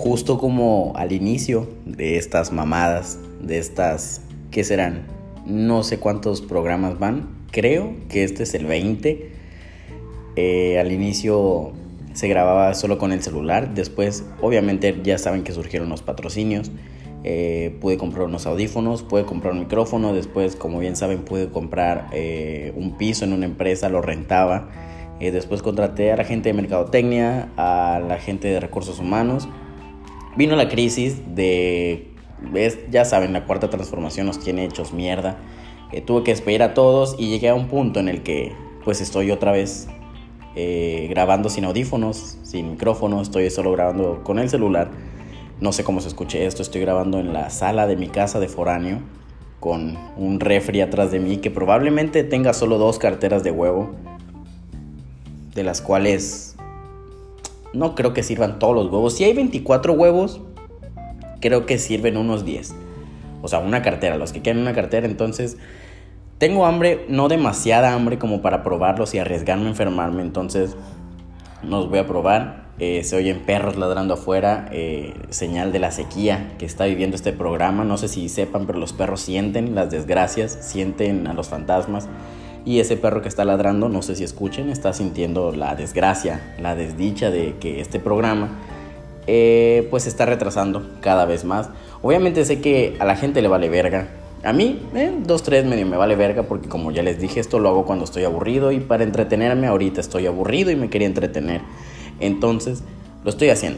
justo como al inicio de estas mamadas, de estas, ¿qué serán? No sé cuántos programas van, creo que este es el 20. Al inicio se grababa solo con el celular, después obviamente ya saben que surgieron los patrocinios. Pude comprar unos audífonos, pude comprar un micrófono, después, como bien saben, pude comprar un piso en una empresa, lo rentaba. Después contraté a la gente de mercadotecnia, a la gente de recursos humanos. Vino la crisis ya saben, la cuarta transformación nos tiene hechos mierda. Tuve que despedir a todos y llegué a un punto en el que pues estoy otra vez grabando sin audífonos, sin micrófono, estoy solo grabando con el celular. No sé cómo se escuche esto, estoy grabando en la sala de mi casa de foráneo con un refri atrás de mí que probablemente tenga solo 2 carteras de huevo, de las cuales no creo que sirvan todos los huevos. Si hay 24 huevos, creo que sirven unos 10. O sea, una cartera, los que quedan en una cartera. Entonces, tengo hambre, no demasiada hambre como para probarlos y arriesgarme a enfermarme. Entonces, los voy a probar. Se oyen perros ladrando afuera, señal de la sequía que está viviendo este programa. No sé si sepan, pero los perros sienten las desgracias, sienten a los fantasmas. Y ese perro que está ladrando, no sé si escuchen, está sintiendo la desgracia, la desdicha de que este programa pues se está retrasando cada vez más. Obviamente sé que a la gente le vale verga. A mí, 2-3 medio me vale verga porque, como ya les dije, esto lo hago cuando estoy aburrido. Y para entretenerme ahorita estoy aburrido y me quería entretener. Entonces, lo estoy haciendo.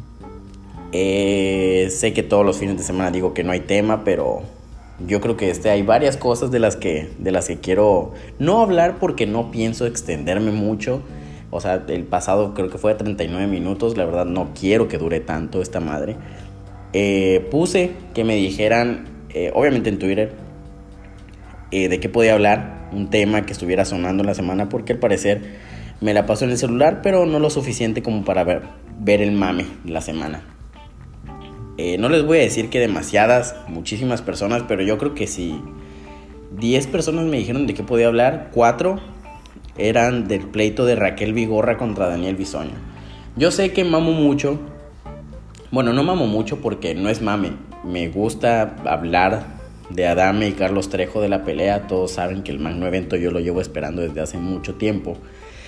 Sé que todos los fines de semana digo que no hay tema, pero yo creo que hay varias cosas de las que quiero no hablar porque no pienso extenderme mucho. O sea, el pasado creo que fue de 39 minutos. La verdad no quiero que dure tanto esta madre. Puse que me dijeran, obviamente en Twitter, de qué podía hablar. Un tema que estuviera sonando en la semana, porque al parecer me la paso en el celular, pero no lo suficiente como para ver el mame de la semana. No les voy a decir que muchísimas personas, pero yo creo que si 10 personas me dijeron de qué podía hablar, 4 eran del pleito de Raquel Vigorra contra Daniel Bisoño. Yo sé que mamo mucho. Bueno, no mamo mucho porque no es mame. Me gusta hablar de Adame y Carlos Trejo, de la pelea. Todos saben que el magno evento yo lo llevo esperando desde hace mucho tiempo.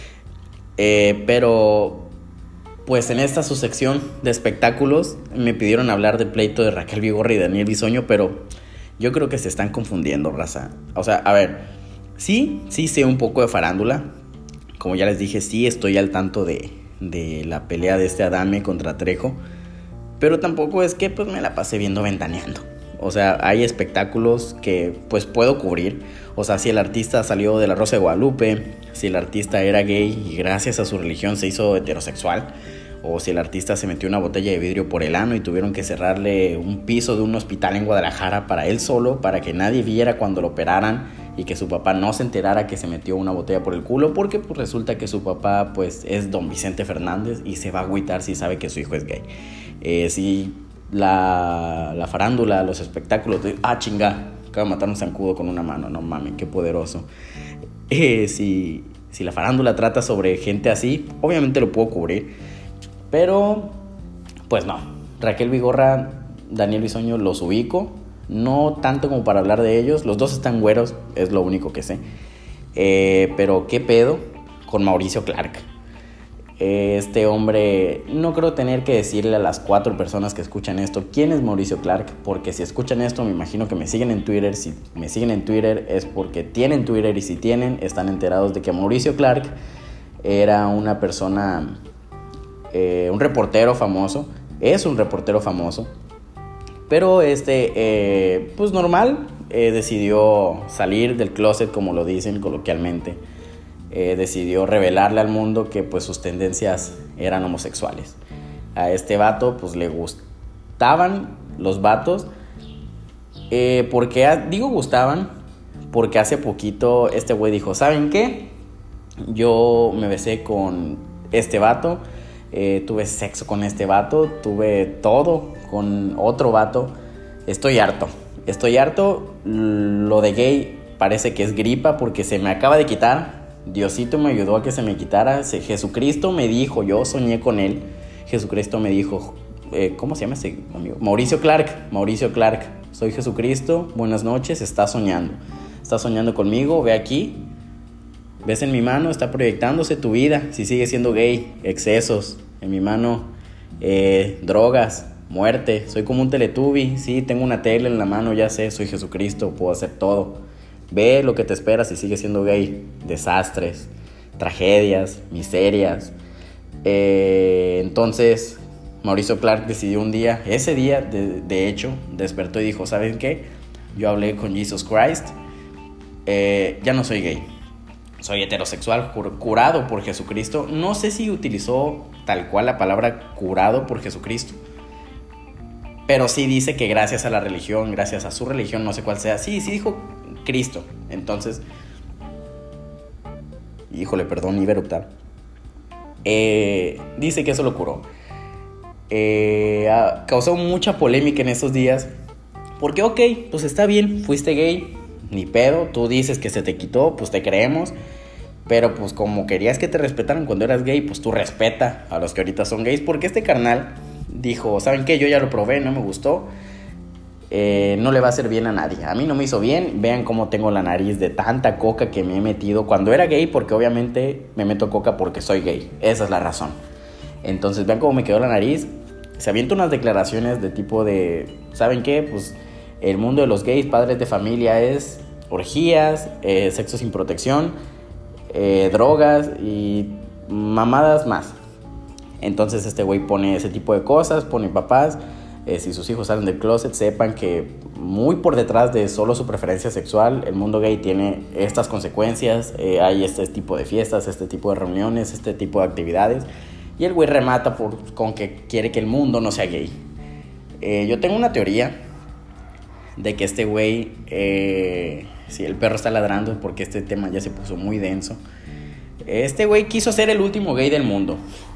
Pero pues en esta subsección de espectáculos me pidieron hablar del pleito de Raquel Vigorra y Daniel Bisoño, pero yo creo que se están confundiendo, raza. O sea, a ver, sí sé un poco de farándula. Como ya les dije, sí estoy al tanto de la pelea de este Adame contra Trejo, pero tampoco es que pues me la pasé viendo Ventaneando. O sea, hay espectáculos que pues puedo cubrir. O sea, si el artista salió de La Rosa de Guadalupe, si el artista era gay y gracias a su religión se hizo heterosexual, o si el artista se metió una botella de vidrio por el ano y tuvieron que cerrarle un piso de un hospital en Guadalajara para él solo, para que nadie viera cuando lo operaran y que su papá no se enterara que se metió una botella por el culo, porque pues resulta que su papá pues es don Vicente Fernández y se va a agüitar si sabe que su hijo es gay. Si la farándula, los espectáculos de chinga, acaba de matar un zancudo con una mano, no mames, qué poderoso. Si la farándula trata sobre gente así, obviamente lo puedo cubrir, pero pues no. Raquel Vigorra, Daniel Bisoño los ubico, no tanto como para hablar de ellos. Los dos están güeros, es lo único que sé. Pero qué pedo con Mauricio Clark. Este hombre, no creo tener que decirle a las 4 personas que escuchan esto quién es Mauricio Clark, porque si escuchan esto me imagino que me siguen en Twitter. Si me siguen en Twitter es porque tienen Twitter, y si tienen, están enterados de que Mauricio Clark era una persona, un reportero famoso, es un reportero famoso, pero pues normal, decidió salir del closet, como lo dicen coloquialmente. Decidió revelarle al mundo que pues sus tendencias eran homosexuales. A este vato pues le gustaban los vatos, digo gustaban porque hace poquito este güey dijo, ¿saben qué? Yo me besé con este vato, tuve sexo con este vato, tuve todo con otro vato, estoy harto, lo de gay parece que es gripa porque se me acaba de quitar. Diosito me ayudó a que se me quitara. Jesucristo me dijo, yo soñé con él. Jesucristo me dijo, ¿cómo se llama ese amigo? Mauricio Clark, soy Jesucristo, buenas noches, estás soñando conmigo, ve aquí, ves en mi mano, está proyectándose tu vida, si sigues siendo gay, excesos, en mi mano, drogas, muerte, soy como un Teletubby, sí, tengo una tele en la mano, ya sé, soy Jesucristo, puedo hacer todo, ve lo que te espera si sigues siendo gay, desastres, tragedias, miserias. Entonces Mauricio Clark decidió un día, ese día de hecho, despertó y dijo, ¿saben qué? Yo hablé con Jesus Christ, ya no soy gay, soy heterosexual, curado por Jesucristo. No sé si utilizó tal cual la palabra curado por Jesucristo, pero sí dice que gracias a la religión, gracias a su religión, no sé cuál sea, sí dijo Cristo. Entonces, híjole, perdón, iba a eruptar. Dice que eso lo curó. Causó mucha polémica en estos días, porque ok, pues está bien, fuiste gay, ni pedo, tú dices que se te quitó, pues te creemos, pero pues como querías que te respetaran cuando eras gay, pues tú respeta a los que ahorita son gays, porque este carnal dijo, ¿saben qué? Yo ya lo probé, no me gustó, no le va a hacer bien a nadie, a mí no me hizo bien, vean cómo tengo la nariz de tanta coca que me he metido cuando era gay, porque obviamente me meto coca porque soy gay, esa es la razón. Entonces vean cómo me quedó la nariz. Se avienta unas declaraciones de tipo de, ¿saben qué? Pues el mundo de los gays, padres de familia, es orgías, sexo sin protección, drogas y mamadas más. Entonces este güey pone ese tipo de cosas, pone papás, si sus hijos salen del closet, sepan que muy por detrás de solo su preferencia sexual, el mundo gay tiene estas consecuencias, hay este tipo de fiestas, este tipo de reuniones, este tipo de actividades. Y el güey remata con que quiere que el mundo no sea gay. Yo tengo una teoría de que este güey, si el perro está ladrando porque este tema ya se puso muy denso, este güey quiso ser el último gay del mundo.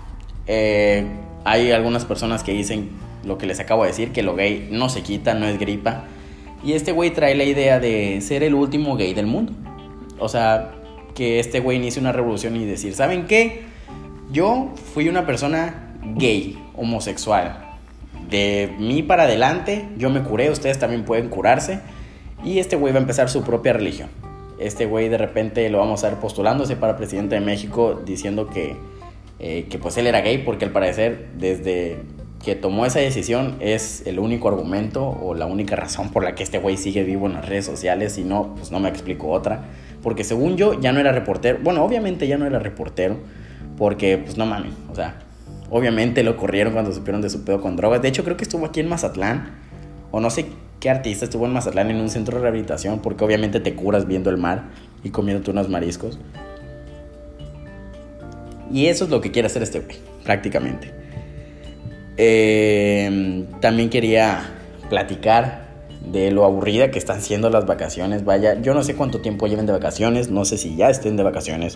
Hay algunas personas que dicen lo que les acabo de decir, que lo gay no se quita, no es gripa. Y este güey trae la idea de ser el último gay del mundo. O sea, que este güey inicie una revolución y decir, ¿saben qué? Yo fui una persona gay, homosexual. De mí para adelante, yo me curé, ustedes también pueden curarse. Y este güey va a empezar su propia religión. Este güey de repente lo vamos a ver postulándose para presidente de México, diciendo que pues él era gay, porque al parecer desde que tomó esa decisión es el único argumento o la única razón por la que este güey sigue vivo en las redes sociales. Si no, pues no me explico otra. Porque según yo ya no era reportero. Bueno, obviamente ya no era reportero, porque, pues no mames, o sea, obviamente lo corrieron cuando supieron de su pedo con drogas. De hecho, creo que estuvo aquí en Mazatlán, o no sé qué artista estuvo en Mazatlán en un centro de rehabilitación, porque obviamente te curas viendo el mar y comiéndote unos mariscos. Y eso es lo que quiere hacer este güey, prácticamente. También quería platicar de lo aburrida que están siendo las vacaciones. Vaya, yo no sé cuánto tiempo lleven de vacaciones, no sé si ya estén de vacaciones,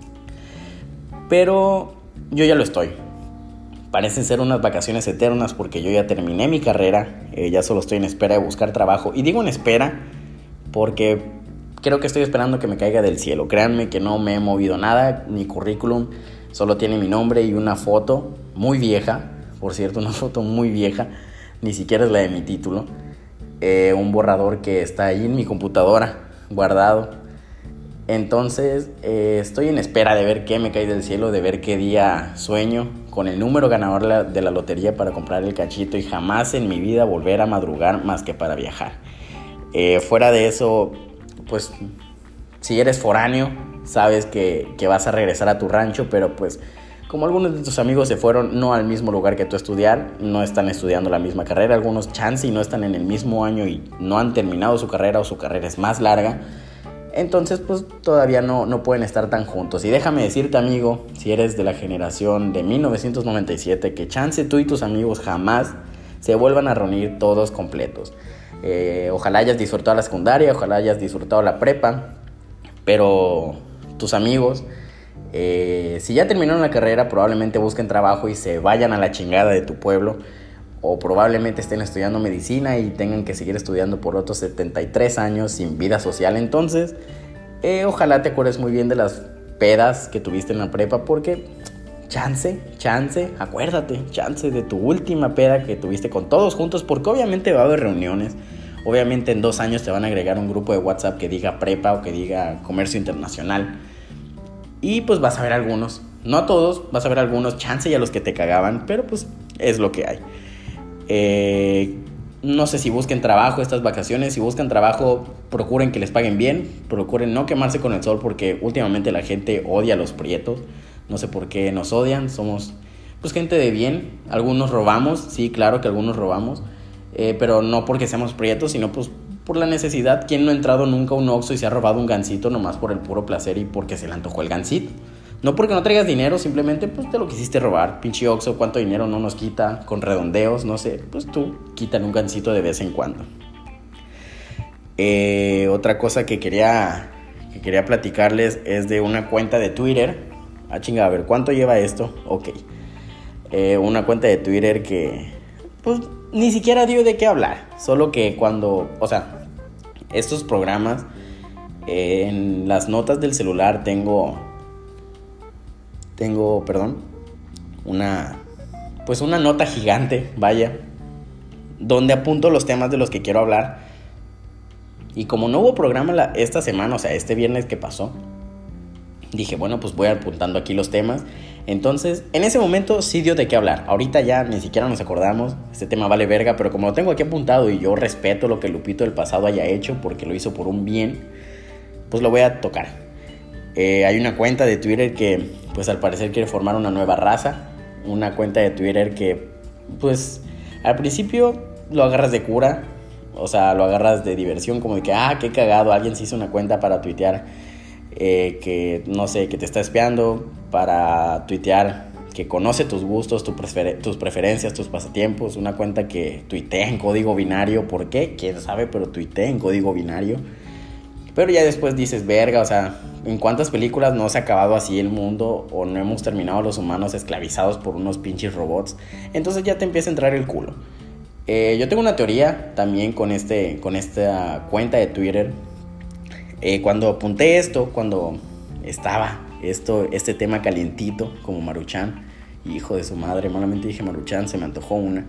pero yo ya lo estoy. Parecen ser unas vacaciones eternas porque yo ya terminé mi carrera, ya solo estoy en espera de buscar trabajo. Y digo en espera porque creo que estoy esperando que me caiga del cielo. Créanme que no me he movido nada, mi currículum solo tiene mi nombre y una foto muy vieja, por cierto, una foto muy vieja, ni siquiera es la de mi título. Un borrador que está ahí en mi computadora, guardado. Entonces estoy en espera de ver qué me cae del cielo, de ver qué día sueño con el número ganador de la lotería para comprar el cachito y jamás en mi vida volver a madrugar más que para viajar. Fuera de eso, pues si eres foráneo, sabes que vas a regresar a tu rancho, pero pues como algunos de tus amigos se fueron no al mismo lugar que tú a estudiar, no están estudiando la misma carrera, algunos chance y no están en el mismo año y no han terminado su carrera o su carrera es más larga. Entonces pues todavía no pueden estar tan juntos. Y déjame decirte, amigo, si eres de la generación de 1997, que chance tú y tus amigos jamás se vuelvan a reunir todos completos. Ojalá hayas disfrutado la secundaria, ojalá hayas disfrutado la prepa, pero tus amigos, si ya terminaron la carrera, probablemente busquen trabajo y se vayan a la chingada de tu pueblo, o probablemente estén estudiando medicina y tengan que seguir estudiando por otros 73 años sin vida social. Entonces, ojalá te acuerdes muy bien de las pedas que tuviste en la prepa, porque chance, acuérdate, chance de tu última peda que tuviste con todos juntos, porque obviamente va a haber reuniones. Obviamente en 2 años te van a agregar un grupo de WhatsApp que diga prepa o que diga comercio internacional. Y pues vas a ver algunos, no a todos, vas a ver algunos, chance y a los que te cagaban, pero pues es lo que hay. No sé si busquen trabajo estas vacaciones. Si buscan trabajo, procuren que les paguen bien, procuren no quemarse con el sol, porque últimamente la gente odia a los prietos. No sé por qué nos odian, somos pues gente de bien. Algunos robamos, sí, claro que algunos robamos, pero no porque seamos prietos, sino pues por la necesidad. ¿Quién no ha entrado nunca a un Oxxo y se ha robado un gansito nomás por el puro placer y porque se le antojó el gansito? No porque no traigas dinero, simplemente pues te lo quisiste robar. Pinche Oxxo, ¿cuánto dinero no nos quita? Con redondeos, no sé, pues tú quítale un gansito de vez en cuando. Otra cosa que quería platicarles es de una cuenta de Twitter. Chinga, a ver, ¿cuánto lleva esto? Ok. Una cuenta de Twitter que pues ni siquiera dio de qué hablar. Solo que cuando, o sea, estos programas, en las notas del celular tengo, una nota gigante, vaya, donde apunto los temas de los que quiero hablar. Y como no hubo programa esta semana, o sea, este viernes que pasó, dije, bueno, pues voy apuntando aquí los temas. Entonces, en ese momento sí dio de qué hablar. Ahorita ya ni siquiera nos acordamos, este tema vale verga, pero como lo tengo aquí apuntado y yo respeto lo que Lupito del pasado haya hecho, porque lo hizo por un bien, pues lo voy a tocar. Hay una cuenta de Twitter que pues al parecer quiere formar una nueva raza. Una cuenta de Twitter que pues al principio lo agarras de cura, o sea, lo agarras de diversión, como de que qué cagado, alguien se hizo una cuenta para tuitear que no sé, que te está espiando, para tuitear que conoce tus gustos, tus preferencias, tus pasatiempos. Una cuenta que tuitea en código binario. ¿Por qué? Quién sabe, pero tuitea en código binario. Pero ya después dices, verga, o sea, ¿en cuántas películas no se ha acabado así el mundo? O no hemos terminado los humanos esclavizados por unos pinches robots. Entonces ya te empieza a entrar el culo. Yo tengo una teoría también con esta cuenta de Twitter. Cuando apunté esto, cuando estaba este tema calientito, como Maruchan, hijo de su madre, malamente dije Maruchan, se me antojó una.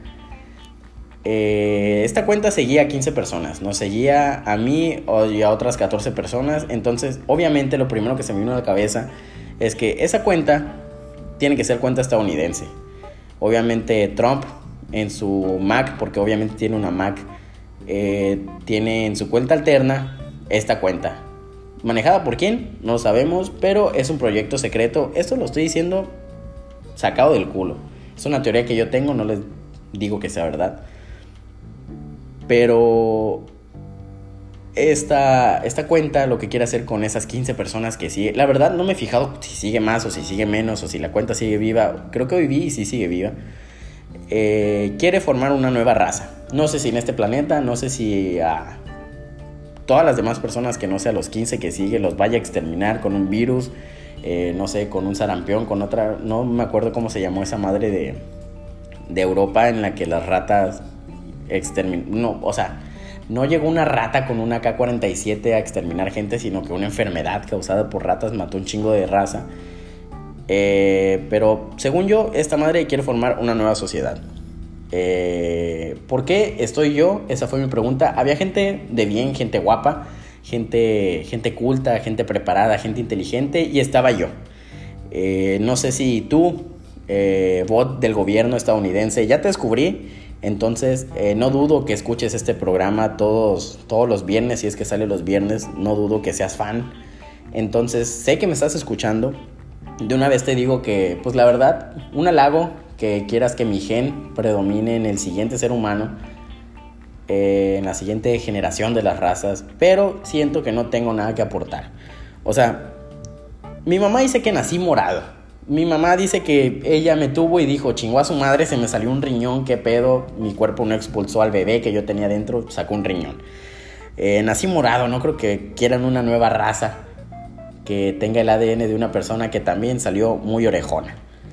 Esta cuenta seguía a 15 personas, nos seguía a mí y a otras 14 personas. Entonces obviamente lo primero que se me vino a la cabeza es que esa cuenta tiene que ser cuenta estadounidense. Obviamente Trump en su Mac, porque obviamente tiene una Mac, tiene en su cuenta alterna esta cuenta. ¿Manejada por quién? No lo sabemos, pero es un proyecto secreto. Esto lo estoy diciendo sacado del culo. Es una teoría que yo tengo, no les digo que sea verdad. Pero esta cuenta lo que quiere hacer con esas 15 personas que sigue, la verdad no me he fijado si sigue más o si sigue menos o si la cuenta sigue viva. Creo que hoy vi y sí sigue viva. Quiere formar una nueva raza. No sé si en este planeta, no sé si a todas las demás personas que no sea los 15 que sigue los vaya a exterminar con un virus, no sé, con un sarampión, con otra, no me acuerdo cómo se llamó esa madre de Europa en la que las ratas no, o sea, no llegó una rata con una AK-47 a exterminar gente, sino que una enfermedad causada por ratas mató un chingo de raza. Pero según yo, esta madre quiere formar una nueva sociedad. ¿Por qué estoy yo? Esa fue mi pregunta. Había gente de bien, gente guapa, gente culta, gente preparada, gente inteligente, y estaba yo. No sé si tú, bot del gobierno estadounidense, ya te descubrí. Entonces no dudo que escuches este programa todos los viernes. Si es que sale los viernes, no dudo que seas fan. Entonces sé que me estás escuchando. De una vez te digo que, pues la verdad, un halago que quieras que mi gen predomine en el siguiente ser humano, en la siguiente generación de las razas. Pero siento que no tengo nada que aportar. O sea, mi mamá dice que nací morado. Mi mamá dice que ella me tuvo y dijo, chingó a su madre, se me salió un riñón, qué pedo. Mi cuerpo no expulsó al bebé que yo tenía dentro, sacó un riñón. Nací morado, no creo que quieran una nueva raza que tenga el ADN de una persona que también salió muy orejona.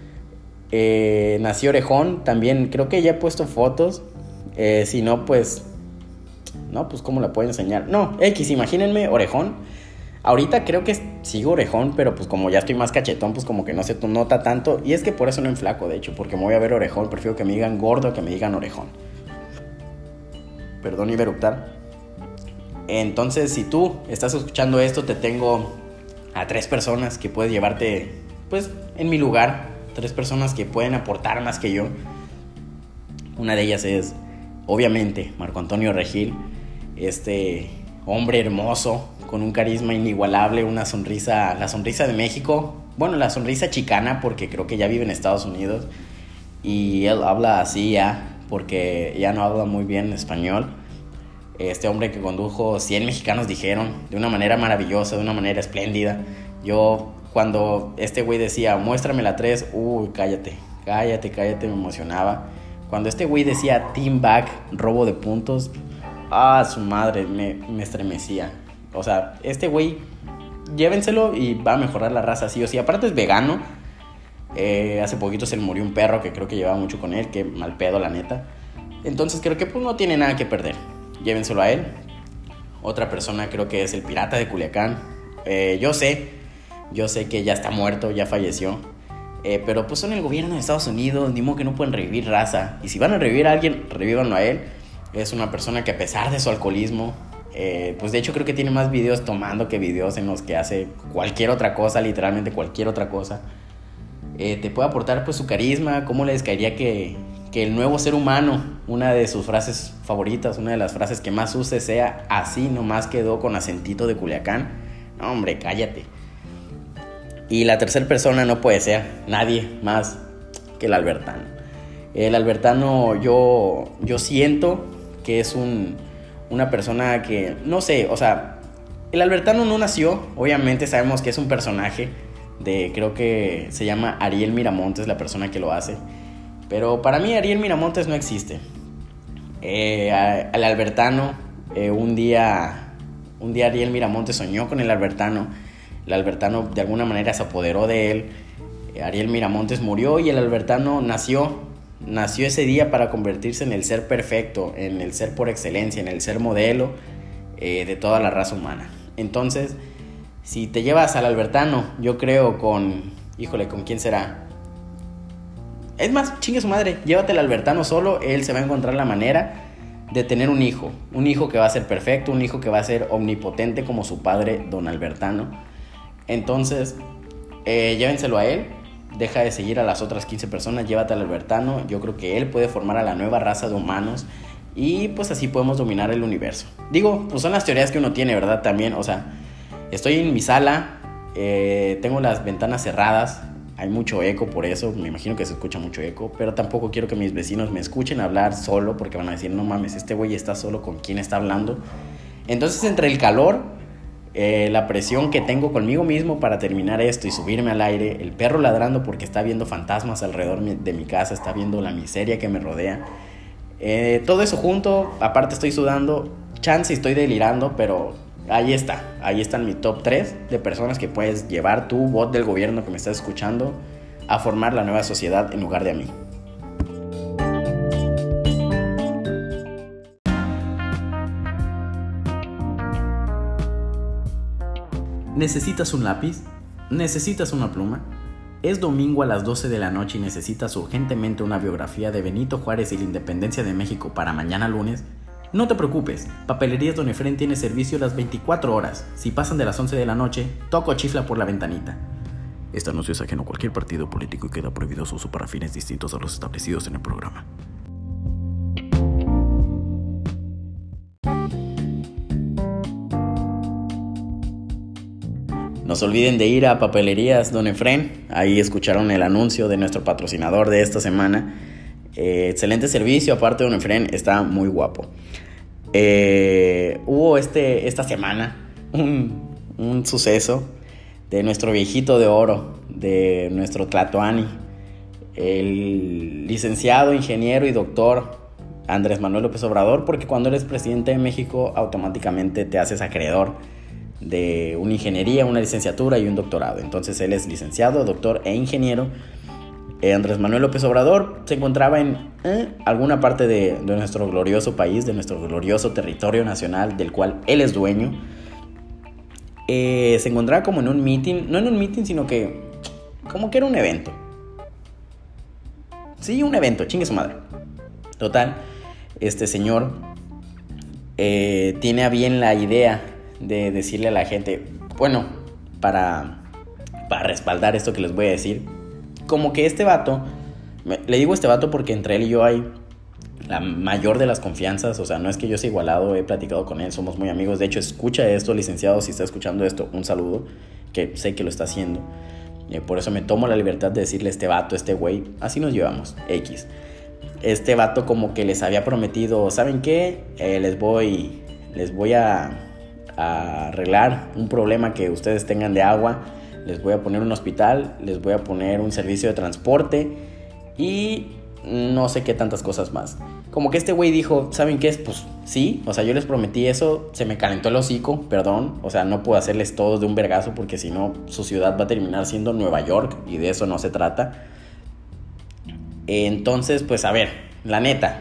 Nací orejón, también creo que ya he puesto fotos. Si no, pues... No, pues ¿cómo la puedo enseñar? No, imagínense orejón. Ahorita creo que sigo orejón, pero pues como ya estoy más cachetón, pues como que no se nota tanto. Y es que por eso no enflaco, de hecho, porque me voy a ver orejón. Prefiero que me digan gordo que me digan orejón. Perdón, iba a eructar. Entonces, si tú estás escuchando esto, te tengo a 3 personas que puedes llevarte, pues, en mi lugar. 3 personas que pueden aportar más que yo. Una de ellas es, obviamente, Marco Antonio Regil. Este hombre hermoso, con un carisma inigualable, una sonrisa, la sonrisa de México. Bueno, la sonrisa chicana, porque creo que ya vive en Estados Unidos. Y él habla así ya, porque ya no habla muy bien español. Este hombre que condujo 100 mexicanos dijeron, de una manera maravillosa, de una manera espléndida. Yo, cuando este güey decía, muéstrame la 3, cállate, me emocionaba. Cuando este güey decía team back, robo de puntos, su madre, me estremecía. O sea, este güey, llévenselo y va a mejorar la raza sí o sí. Aparte es vegano. Hace poquito se le murió un perro que creo que llevaba mucho con él, que mal pedo la neta. Entonces creo que pues no tiene nada que perder. Llévenselo a él. Otra persona creo que es el pirata de Culiacán. Yo sé que ya está muerto, ya falleció. Pero pues son el gobierno de Estados Unidos, ni modo que no pueden revivir raza. Y si van a revivir a alguien, revívanlo a él. Es una persona que a pesar de su alcoholismo, pues de hecho creo que tiene más videos tomando que videos en los que hace cualquier otra cosa, literalmente cualquier otra cosa. Te puede aportar pues su carisma, cómo les caería que el nuevo ser humano, una de sus frases favoritas, una de las frases que más use sea así nomás quedó con acentito de Culiacán. No, hombre, cállate. Y la tercera persona no puede ser nadie más que el Albertano. El Albertano yo siento que es una persona que, no sé, o sea, el Albertano no nació, obviamente sabemos que es un personaje creo que se llama Ariel Miramontes, la persona que lo hace. Pero para mí Ariel Miramontes no existe. Al Albertano, un día Ariel Miramontes soñó con el Albertano. El Albertano de alguna manera se apoderó de él. Ariel Miramontes murió y el Albertano nació ese día para convertirse en el ser perfecto, en el ser por excelencia, en el ser modelo de toda la raza humana. Entonces, si te llevas al Albertano, yo creo ¿con quién será? Es más, chingue su madre, llévate al Albertano solo, él se va a encontrar la manera de tener un hijo que va a ser perfecto, un hijo que va a ser omnipotente como su padre, don Albertano. Entonces, llévenselo a él, deja de seguir a las otras 15 personas, llévate al Albertano, yo creo que él puede formar a la nueva raza de humanos y pues así podemos dominar el universo. Digo, pues son las teorías que uno tiene, ¿verdad? También, o sea, estoy en mi sala, tengo las ventanas cerradas. Hay mucho eco, por eso me imagino que se escucha mucho eco, pero tampoco quiero que mis vecinos me escuchen hablar solo porque van a decir, no mames, este güey está solo, ¿con quién está hablando? Entonces, entre el calor, la presión que tengo conmigo mismo para terminar esto y subirme al aire, el perro ladrando porque está viendo fantasmas alrededor de mi casa, está viendo la miseria que me rodea, todo eso junto, aparte estoy sudando, chance estoy delirando, pero ahí están mi top 3 de personas que puedes llevar tú, bot del gobierno que me estás escuchando, a formar la nueva sociedad en lugar de a mí. ¿Necesitas un lápiz? ¿Necesitas una pluma? Es domingo a las 12 de la noche y necesitas urgentemente una biografía de Benito Juárez y la independencia de México para mañana lunes. No te preocupes, Papelerías Don Efrén tiene servicio las 24 horas. Si pasan de las 11 de la noche, toca o chifla por la ventanita. Este anuncio es ajeno a cualquier partido político y queda prohibido su uso para fines distintos a los establecidos en el programa. No se olviden de ir a Papelerías Don Efrén. Ahí escucharon el anuncio de nuestro patrocinador de esta semana. Excelente servicio, aparte Don Efrén está muy guapo. Hubo esta semana un suceso de nuestro viejito de oro, de nuestro Tlatoani, el licenciado, ingeniero y doctor Andrés Manuel López Obrador, porque cuando eres presidente de México automáticamente te haces acreedor de una ingeniería, una licenciatura y un doctorado. Entonces él es licenciado, doctor e ingeniero. Andrés Manuel López Obrador se encontraba en alguna parte de nuestro glorioso país, de nuestro glorioso territorio nacional del cual él es dueño. Se encontraba como en un meeting, no en un meeting, sino que como que era un evento. Sí, un evento, chingue su madre. Total, este señor tiene a bien la idea de decirle a la gente, bueno, para respaldar esto que les voy a decir, como que este vato, le digo este vato porque entre él y yo hay la mayor de las confianzas, o sea, no es que yo sea igualado, he platicado con él, somos muy amigos, de hecho escucha esto, licenciado, si está escuchando esto, un saludo, que sé que lo está haciendo, por eso me tomo la libertad de decirle a este vato, este güey, así nos llevamos, X. Este vato como que les había prometido, ¿saben qué? Les voy a arreglar un problema que ustedes tengan de agua, les voy a poner un hospital, les voy a poner un servicio de transporte y no sé qué tantas cosas más. Como que este güey dijo, ¿saben qué es? Pues sí, o sea, yo les prometí eso, se me calentó el hocico, perdón, o sea, no puedo hacerles todos de un vergazo porque si no, su ciudad va a terminar siendo Nueva York y de eso no se trata. Entonces, pues a ver, la neta,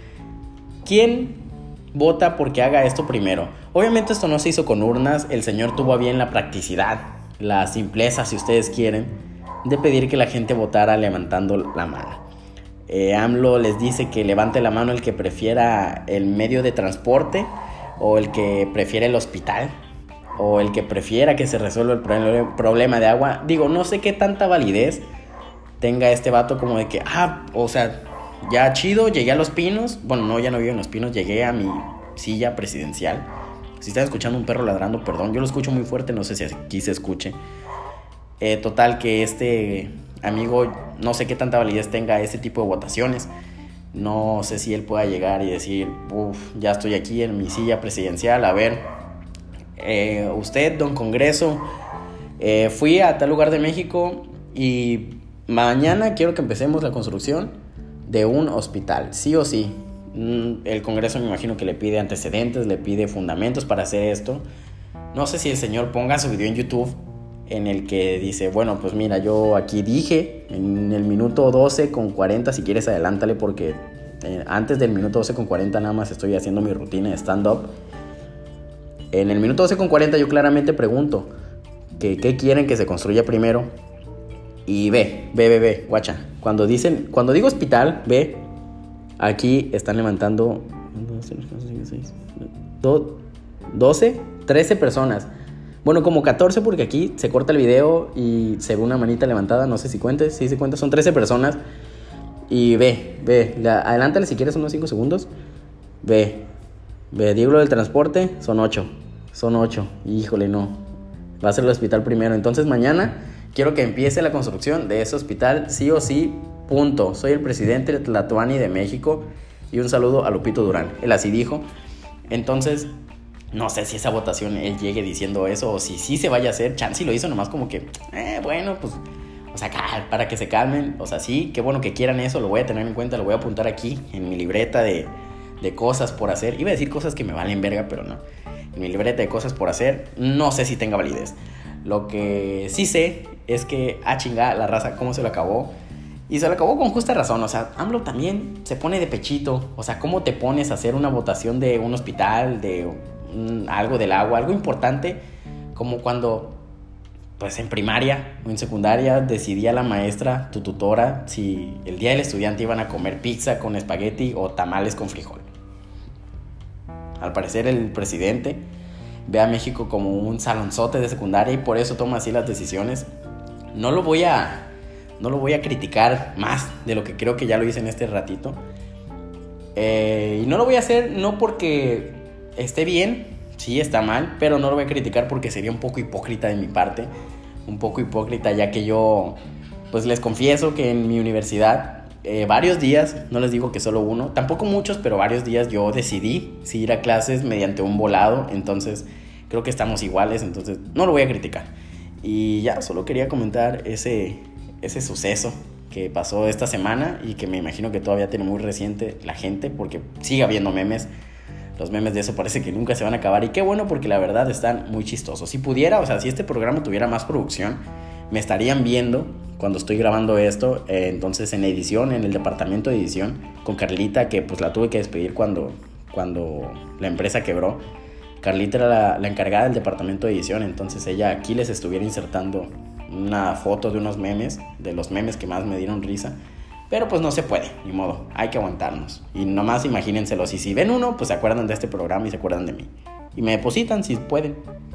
¿quién vota porque haga esto primero? Obviamente esto no se hizo con urnas, el señor tuvo a bien la practicidad, la simpleza, si ustedes quieren, de pedir que la gente votara levantando la mano. AMLO les dice que levante la mano el que prefiera el medio de transporte o el que prefiere el hospital o el que prefiera que se resuelva el problema de agua. Digo, no sé qué tanta validez tenga este vato como de que, o sea, ya chido, llegué a Los Pinos. Bueno, no, ya no vivo en Los Pinos, llegué a mi silla presidencial. Si están escuchando un perro ladrando, perdón, yo lo escucho muy fuerte, no sé si aquí se escuche. Total, que este amigo, no sé qué tanta validez tenga este tipo de votaciones. No sé si él pueda llegar y decir, ya estoy aquí en mi silla presidencial, a ver, usted, don Congreso, fui a tal lugar de México y mañana quiero que empecemos la construcción de un hospital, sí o sí. El Congreso me imagino que le pide antecedentes, le pide fundamentos para hacer esto. No sé si el señor ponga su video en YouTube en el que dice, bueno, pues mira, yo aquí dije en el minuto 12:40, si quieres adelántale porque antes del minuto 12:40 nada más estoy haciendo mi rutina de stand-up. En el minuto 12:40 yo claramente pregunto que qué quieren que se construya primero. Y ve, guacha. Cuando digo hospital, ve, aquí están levantando 12, 13 personas. Bueno, como 14 porque aquí se corta el video y se ve una manita levantada, no sé si cuentes, sí se cuenta, son 13 personas. Y ve, adelántale si quieres unos 5 segundos. Ve, digo lo del transporte, son 8, híjole, no, va a ser el hospital primero. Entonces mañana quiero que empiece la construcción de ese hospital, sí o sí, punto. Soy el presidente de Tlatuani de México y un saludo a Lupito Durán, él así dijo. Entonces, no sé si esa votación él llegue diciendo eso o si sí se vaya a hacer. Chansey lo hizo nomás como que, bueno, pues, o sea, para que se calmen. O sea, sí, qué bueno que quieran eso, lo voy a tener en cuenta, lo voy a apuntar aquí en mi libreta de cosas por hacer. Iba a decir cosas que me valen verga, pero no. En mi libreta de cosas por hacer, no sé si tenga validez. Lo que sí sé es que, chingada, la raza, cómo se lo acabó. Y se lo acabó con justa razón, o sea, AMLO también se pone de pechito. O sea, ¿cómo te pones a hacer una votación de un hospital, de algo del agua, algo importante? Como cuando, pues en primaria o en secundaria, decidía la maestra, tu tutora, si el día del estudiante iban a comer pizza con espagueti o tamales con frijol. Al parecer el presidente ve a México como un salonzote de secundaria y por eso toma así las decisiones. No lo voy a criticar más de lo que creo que ya lo hice en este ratito. Y no lo voy a hacer no porque esté bien, sí está mal, pero no lo voy a criticar porque sería un poco hipócrita de mi parte. Un poco hipócrita, ya que yo, pues les confieso que en mi universidad, varios días, no les digo que solo uno, tampoco muchos, pero varios días yo decidí si ir a clases mediante un volado. Entonces creo que estamos iguales, entonces no lo voy a criticar. Y ya, solo quería comentar ese suceso que pasó esta semana y que me imagino que todavía tiene muy reciente la gente porque sigue habiendo memes. Los memes de eso parece que nunca se van a acabar y qué bueno porque la verdad están muy chistosos. Si pudiera, o sea, si este programa tuviera más producción, me estarían viendo cuando estoy grabando esto, entonces en edición, en el departamento de edición, con Carlita, que pues la tuve que despedir cuando la empresa quebró. Carlita era la encargada del departamento de edición, entonces ella aquí les estuviera insertando una foto de unos memes, de los memes que más me dieron risa. Pero pues no se puede, ni modo, hay que aguantarnos. Y nomás imagínenselos, y si ven uno, pues se acuerdan de este programa y se acuerdan de mí. Y me depositan si pueden.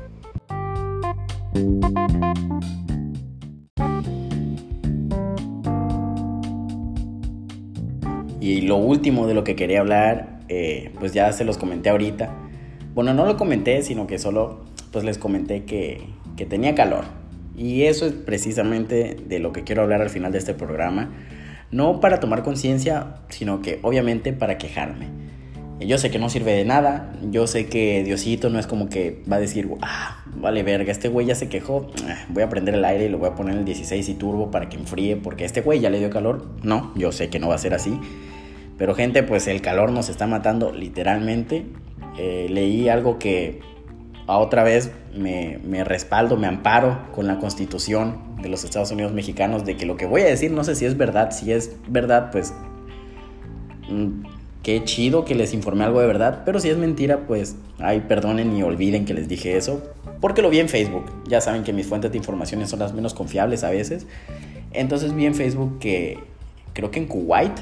Y lo último de lo que quería hablar, pues ya se los comenté ahorita. Bueno, no lo comenté, sino que solo pues les comenté que tenía calor. Y eso es precisamente de lo que quiero hablar al final de este programa. No para tomar conciencia, sino que obviamente para quejarme. Yo sé que no sirve de nada. Yo sé que Diosito no es como que va a decir, vale verga, este güey ya se quejó, voy a prender el aire y lo voy a poner en el 16 y turbo para que enfríe, porque este güey ya le dio calor. No, yo sé que no va a ser así. Pero gente, pues el calor nos está matando literalmente. Leí algo que otra vez me respaldo, me amparo con la Constitución de los Estados Unidos mexicanos, de que lo que voy a decir no sé si es verdad. Si es verdad, pues qué chido que les informé algo de verdad, pero si es mentira, pues perdonen y olviden que les dije eso, porque lo vi en Facebook. Ya saben que mis fuentes de información son las menos confiables a veces. Entonces vi en Facebook que creo que en Kuwait,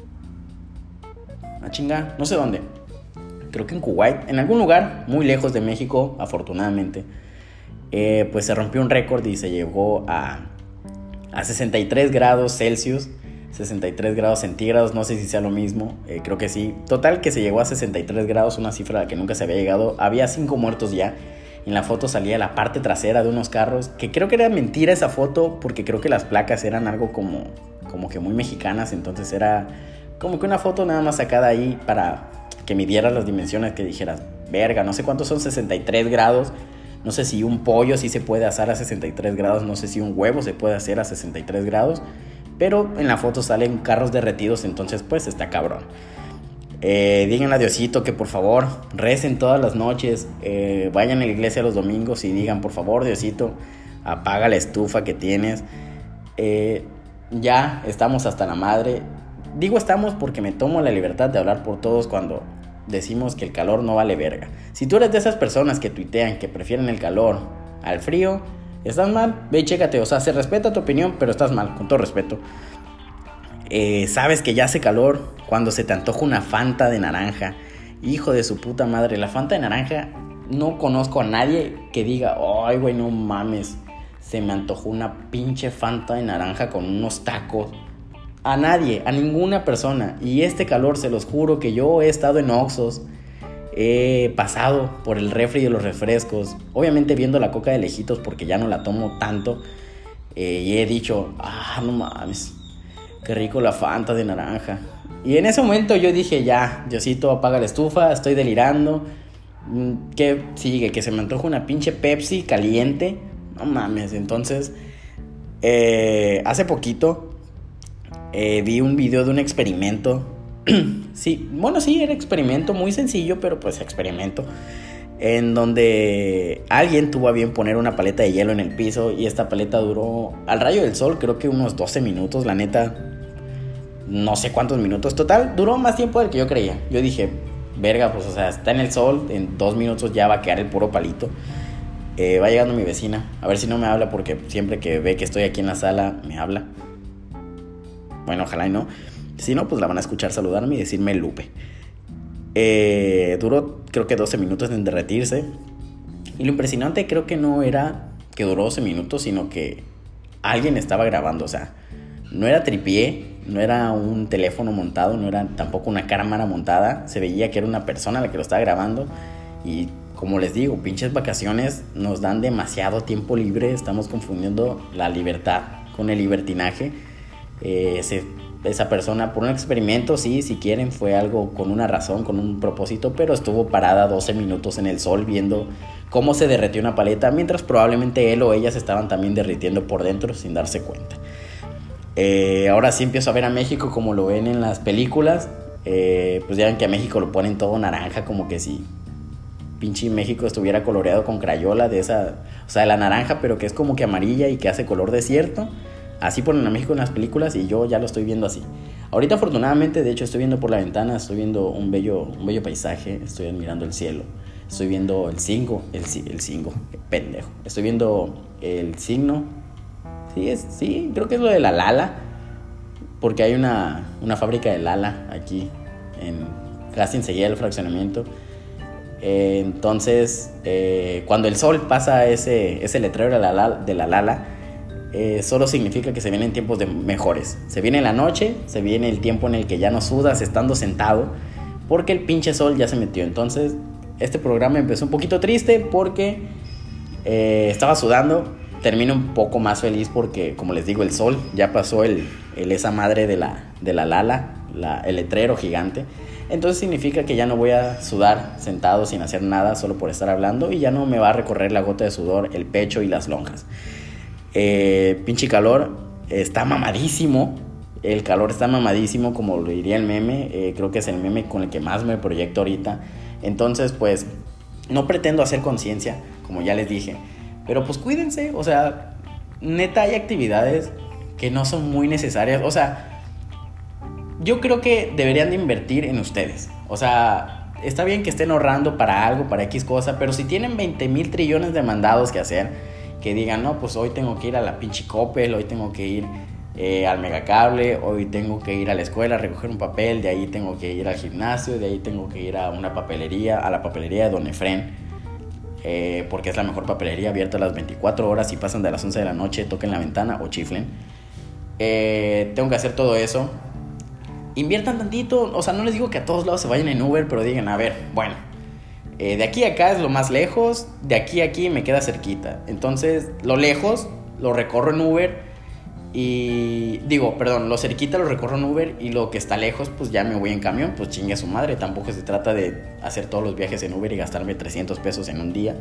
no sé dónde, creo que en Kuwait, en algún lugar muy lejos de México, afortunadamente, pues se rompió un récord y se llegó a 63 grados Celsius, 63 grados centígrados, no sé si sea lo mismo, creo que sí. Total que se llegó a 63 grados, una cifra a la que nunca se había llegado. Había 5 muertos ya. En la foto salía la parte trasera de unos carros, que creo que era mentira esa foto, porque creo que las placas eran algo como que muy mexicanas, entonces era como que una foto nada más sacada ahí para que midiera las dimensiones, que dijeras, verga, no sé cuántos son 63 grados, no sé si un pollo sí se puede asar a 63 grados, no sé si un huevo se puede hacer a 63 grados, pero en la foto salen carros derretidos, entonces pues está cabrón. Díganle a Diosito que por favor recen todas las noches, vayan a la iglesia los domingos y digan, por favor Diosito, apaga la estufa que tienes. Ya estamos hasta la madre. Digo estamos porque me tomo la libertad de hablar por todos cuando decimos que el calor no vale verga. Si tú eres de esas personas que tuitean que prefieren el calor al frío, estás mal, ve y chécate. O sea, se respeta tu opinión, pero estás mal, con todo respeto. Sabes que ya hace calor cuando se te antoja una Fanta de naranja. Hijo de su puta madre, la Fanta de naranja, no conozco a nadie que diga, ay güey, no mames, se me antojó una pinche Fanta de naranja con unos tacos. A nadie, a ninguna persona. Y este calor, se los juro que yo he estado en Oxxos, he pasado por el refri de los refrescos, obviamente viendo la coca de lejitos porque ya no la tomo tanto, y he dicho, no mames, qué rico la Fanta de naranja. Y en ese momento yo dije, ya, Diosito, apaga la estufa, estoy delirando. ¿Qué sigue? Que se me antoja una pinche Pepsi caliente. No mames. Entonces, hace poquito vi un video de un experimento. Sí, era experimento muy sencillo, pero pues experimento. En donde alguien tuvo a bien poner una paleta de hielo en el piso, y esta paleta duró al rayo del sol creo que unos 12 minutos, la neta, no sé cuántos minutos. Total, duró más tiempo del que yo creía. Yo dije, verga, pues o sea, está en el sol, en 2 minutos ya va a quedar el puro palito. Va llegando mi vecina, a ver si no me habla, porque siempre que ve que estoy aquí en la sala me habla. Bueno, ojalá y no. Si no, pues la van a escuchar saludarme y decirme Lupe. Duró creo que 12 minutos en derretirse. Y lo impresionante creo que no era que duró 12 minutos, sino que alguien estaba grabando. O sea, no era tripié, no era un teléfono montado, no era tampoco una cámara montada. Se veía que era una persona la que lo estaba grabando. Y como les digo, pinches vacaciones nos dan demasiado tiempo libre. Estamos confundiendo la libertad con el libertinaje. Esa persona, por un experimento, sí, si quieren, fue algo con una razón, con un propósito, pero estuvo parada 12 minutos en el sol viendo cómo se derretió una paleta, mientras probablemente él o ella se estaban también derritiendo por dentro sin darse cuenta. Ahora sí empiezo a ver a México como lo ven en las películas. Pues ya ven que a México lo ponen todo naranja, como que si pinche México estuviera coloreado con crayola de esa, o sea, de la naranja, pero que es como que amarilla y que hace color desierto. Así ponen a México en las películas y yo ya lo estoy viendo así. Ahorita afortunadamente, de hecho, estoy viendo por la ventana, estoy viendo un bello paisaje, estoy admirando el cielo. Estoy viendo el signo, pendejo. Estoy viendo el signo. Sí, creo que es lo de la Lala. Porque hay una fábrica de Lala aquí, casi enseguida del fraccionamiento. Entonces, cuando el sol pasa ese letrero de la Lala, solo significa que se vienen tiempos mejores. Se viene la noche, se viene el tiempo en el que ya no sudas estando sentado, porque el pinche sol ya se metió. Entonces, este programa empezó un poquito triste porque estaba sudando. Termino un poco más feliz porque, como les digo, el sol ya pasó esa madre de la Lala, el letrero gigante. Entonces significa que ya no voy a sudar sentado sin hacer nada solo por estar hablando, y ya no me va a recorrer la gota de sudor el pecho y las lonjas. Pinche calor está mamadísimo. El calor está mamadísimo, como lo diría el meme. Creo que es el meme con el que más me proyecto ahorita. Entonces, pues, no pretendo hacer conciencia, como ya les dije. Pero pues cuídense, o sea, neta hay actividades que no son muy necesarias. O sea, yo creo que deberían de invertir en ustedes. O sea, está bien que estén ahorrando para algo, para X cosa, pero si tienen 20,000 trillones de mandados que hacer, que digan, no, pues hoy tengo que ir a la pinche Coppel, hoy tengo que ir al Megacable, hoy tengo que ir a la escuela a recoger un papel, de ahí tengo que ir al gimnasio, de ahí tengo que ir a una papelería, a la papelería de Don Efrén, porque es la mejor papelería, abierta a las 24 horas, si pasan de las 11 de la noche, toquen la ventana o chiflen. Tengo que hacer todo eso. Inviertan tantito, o sea, no les digo que a todos lados se vayan en Uber, pero digan, a ver, bueno, de aquí a acá es lo más lejos, de aquí a aquí me queda cerquita. Entonces, lo lejos lo recorro en Uber lo cerquita lo recorro en Uber, y lo que está lejos, pues ya me voy en camión, pues chingue a su madre. Tampoco se trata de hacer todos los viajes en Uber y gastarme 300 pesos en un día.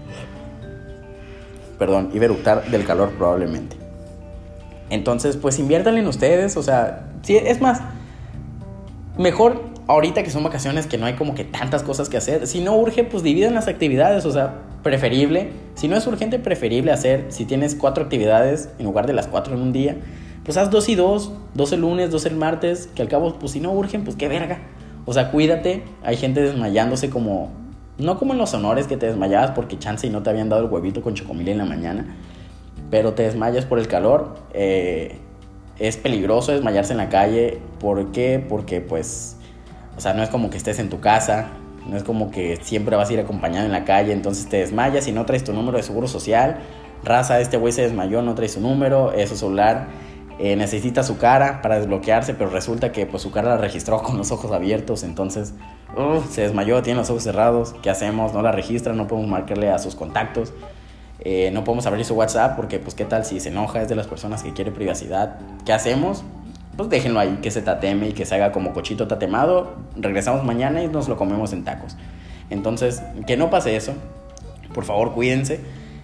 Perdón, iba a eructar del calor probablemente. Entonces, pues inviértanle en ustedes, o sea, sí, es más, mejor ahorita que son vacaciones, que no hay como que tantas cosas que hacer. Si no urge, pues dividan las actividades, o sea, preferible. Si no es urgente, preferible hacer, si tienes 4 actividades en lugar de las 4 en un día, pues haz 2 y 2, 2 el lunes, 2 el martes, que al cabo, pues si no urgen, pues qué verga. O sea, cuídate. Hay gente desmayándose no como en los honores, que te desmayabas porque chance y no te habían dado el huevito con chocomil en la mañana, pero te desmayas por el calor. Es peligroso desmayarse en la calle. ¿Por qué? Porque pues, o sea, no es como que estés en tu casa, no es como que siempre vas a ir acompañado en la calle, entonces te desmayas y no traes tu número de seguro social. Raza, este güey se desmayó, no trae su número, su celular necesita su cara para desbloquearse, pero resulta que pues su cara la registró con los ojos abiertos, entonces se desmayó, tiene los ojos cerrados. ¿Qué hacemos? No la registra, no podemos marcarle a sus contactos, no podemos abrir su WhatsApp porque pues qué tal si se enoja, es de las personas que quiere privacidad. ¿Qué hacemos? Pues déjenlo ahí, que se tateme y que se haga como cochito tatemado. Regresamos mañana y nos lo comemos en tacos. Entonces, que no pase eso. Por favor, cuídense.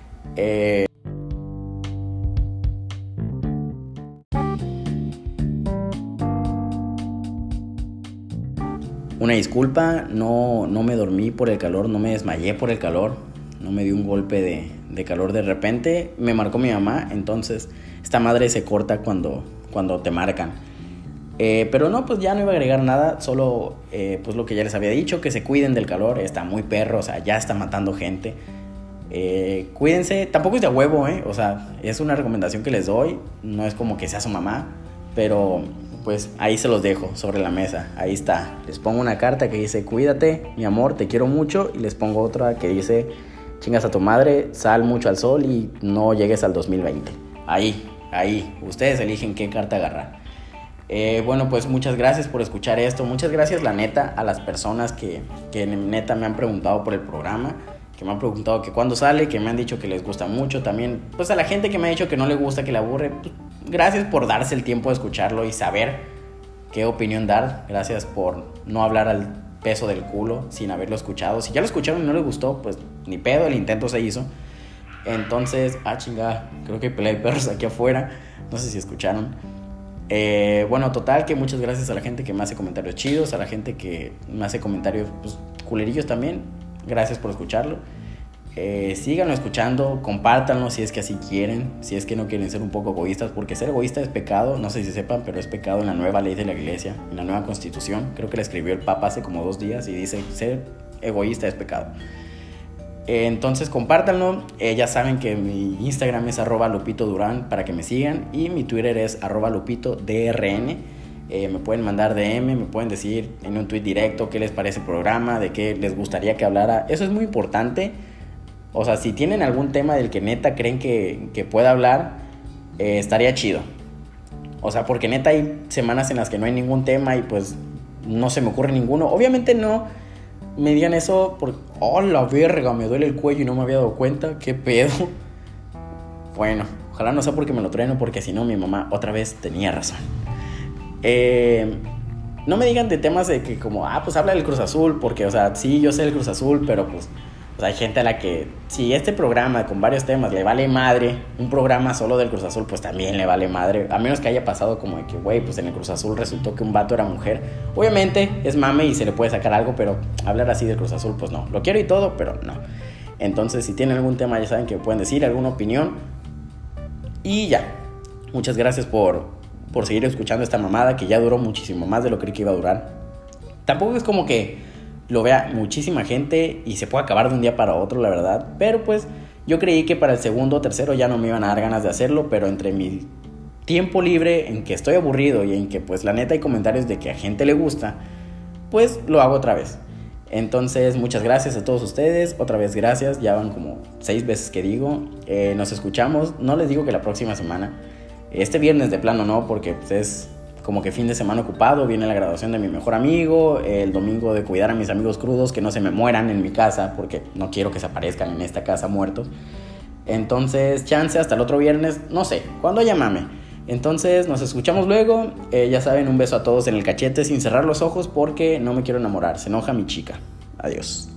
Una disculpa, no me dormí por el calor, no me desmayé por el calor, no me dio un golpe de calor de repente. Me marcó mi mamá, entonces esta madre se corta cuando te marcan. Pero no, pues ya no iba a agregar nada, solo pues lo que ya les había dicho, que se cuiden del calor. Está muy perro, o sea, ya está matando gente. Cuídense, tampoco es de huevo, o sea, es una recomendación que les doy, no es como que sea su mamá, pero pues ahí se los dejo sobre la mesa, ahí está. Les pongo una carta que dice, cuídate, mi amor, te quiero mucho, y les pongo otra que dice, chingas a tu madre, sal mucho al sol y no llegues al 2020. Ahí, ustedes eligen qué carta agarrar. Bueno, pues muchas gracias por escuchar esto. Muchas gracias, la neta, a las personas que neta me han preguntado por el programa, que me han preguntado que cuándo sale, que me han dicho que les gusta mucho. También, pues a la gente que me ha dicho que no le gusta, que le aburre, pues, gracias por darse el tiempo de escucharlo y saber qué opinión dar. Gracias por no hablar al peso del culo sin haberlo escuchado. Si ya lo escucharon y no les gustó, pues ni pedo, el intento se hizo. Entonces, chingada, creo que hay pelea de perros aquí afuera, no sé si escucharon. Bueno, total, que muchas gracias a la gente que me hace comentarios chidos, a la gente que me hace comentarios pues, culerillos también. Gracias por escucharlo. Síganlo escuchando, compártanlo si es que así quieren, si es que no quieren ser un poco egoístas, porque ser egoísta es pecado, no sé si sepan, pero es pecado en la nueva ley de la iglesia, en la nueva constitución. Creo que la escribió el Papa hace como 2 días y dice, ser egoísta es pecado. Entonces compártanlo. Ya saben que mi Instagram es @LupitoDurán para que me sigan. Y mi Twitter es @LupitoDRN. Me pueden mandar DM, me pueden decir en un tweet directo qué les parece el programa, de qué les gustaría que hablara. Eso es muy importante. O sea, si tienen algún tema del que neta creen que pueda hablar, estaría chido. O sea, porque neta hay semanas en las que no hay ningún tema y pues no se me ocurre ninguno. Obviamente no me digan eso porque, oh, la verga, me duele el cuello y no me había dado cuenta. ¿Qué pedo? Bueno, ojalá no sea porque me lo trueno, porque si no mi mamá otra vez tenía razón. No me digan de temas de que como, pues habla del Cruz Azul, porque, o sea, sí, yo sé del Cruz Azul, pero pues, o sea, hay gente a la que, si este programa con varios temas le vale madre, un programa solo del Cruz Azul, pues también le vale madre, a menos que haya pasado como de que, güey, pues en el Cruz Azul resultó que un vato era mujer. Obviamente es mame y se le puede sacar algo, pero hablar así del Cruz Azul, pues no. Lo quiero y todo, pero no. Entonces, si tienen algún tema, ya saben que pueden decir, alguna opinión. Y ya, muchas gracias por seguir escuchando esta mamada que ya duró muchísimo más de lo que creí que iba a durar. Tampoco es como que lo vea muchísima gente y se puede acabar de un día para otro, la verdad. Pero pues yo creí que para el segundo o tercero ya no me iban a dar ganas de hacerlo, pero entre mi tiempo libre en que estoy aburrido y en que pues la neta hay comentarios de que a gente le gusta, pues lo hago otra vez. Entonces, muchas gracias a todos ustedes. Otra vez gracias, ya van como 6 veces que digo. Nos escuchamos, no les digo que la próxima semana. Este viernes de plano no, porque pues, es como que fin de semana ocupado. Viene la graduación de mi mejor amigo. El domingo de cuidar a mis amigos crudos, que no se me mueran en mi casa, porque no quiero que se aparezcan en esta casa muertos. Entonces, chance hasta el otro viernes, no sé, cuando llámame. Entonces, nos escuchamos luego. Ya saben, un beso a todos en el cachete sin cerrar los ojos, porque no me quiero enamorar. Se enoja mi chica. Adiós.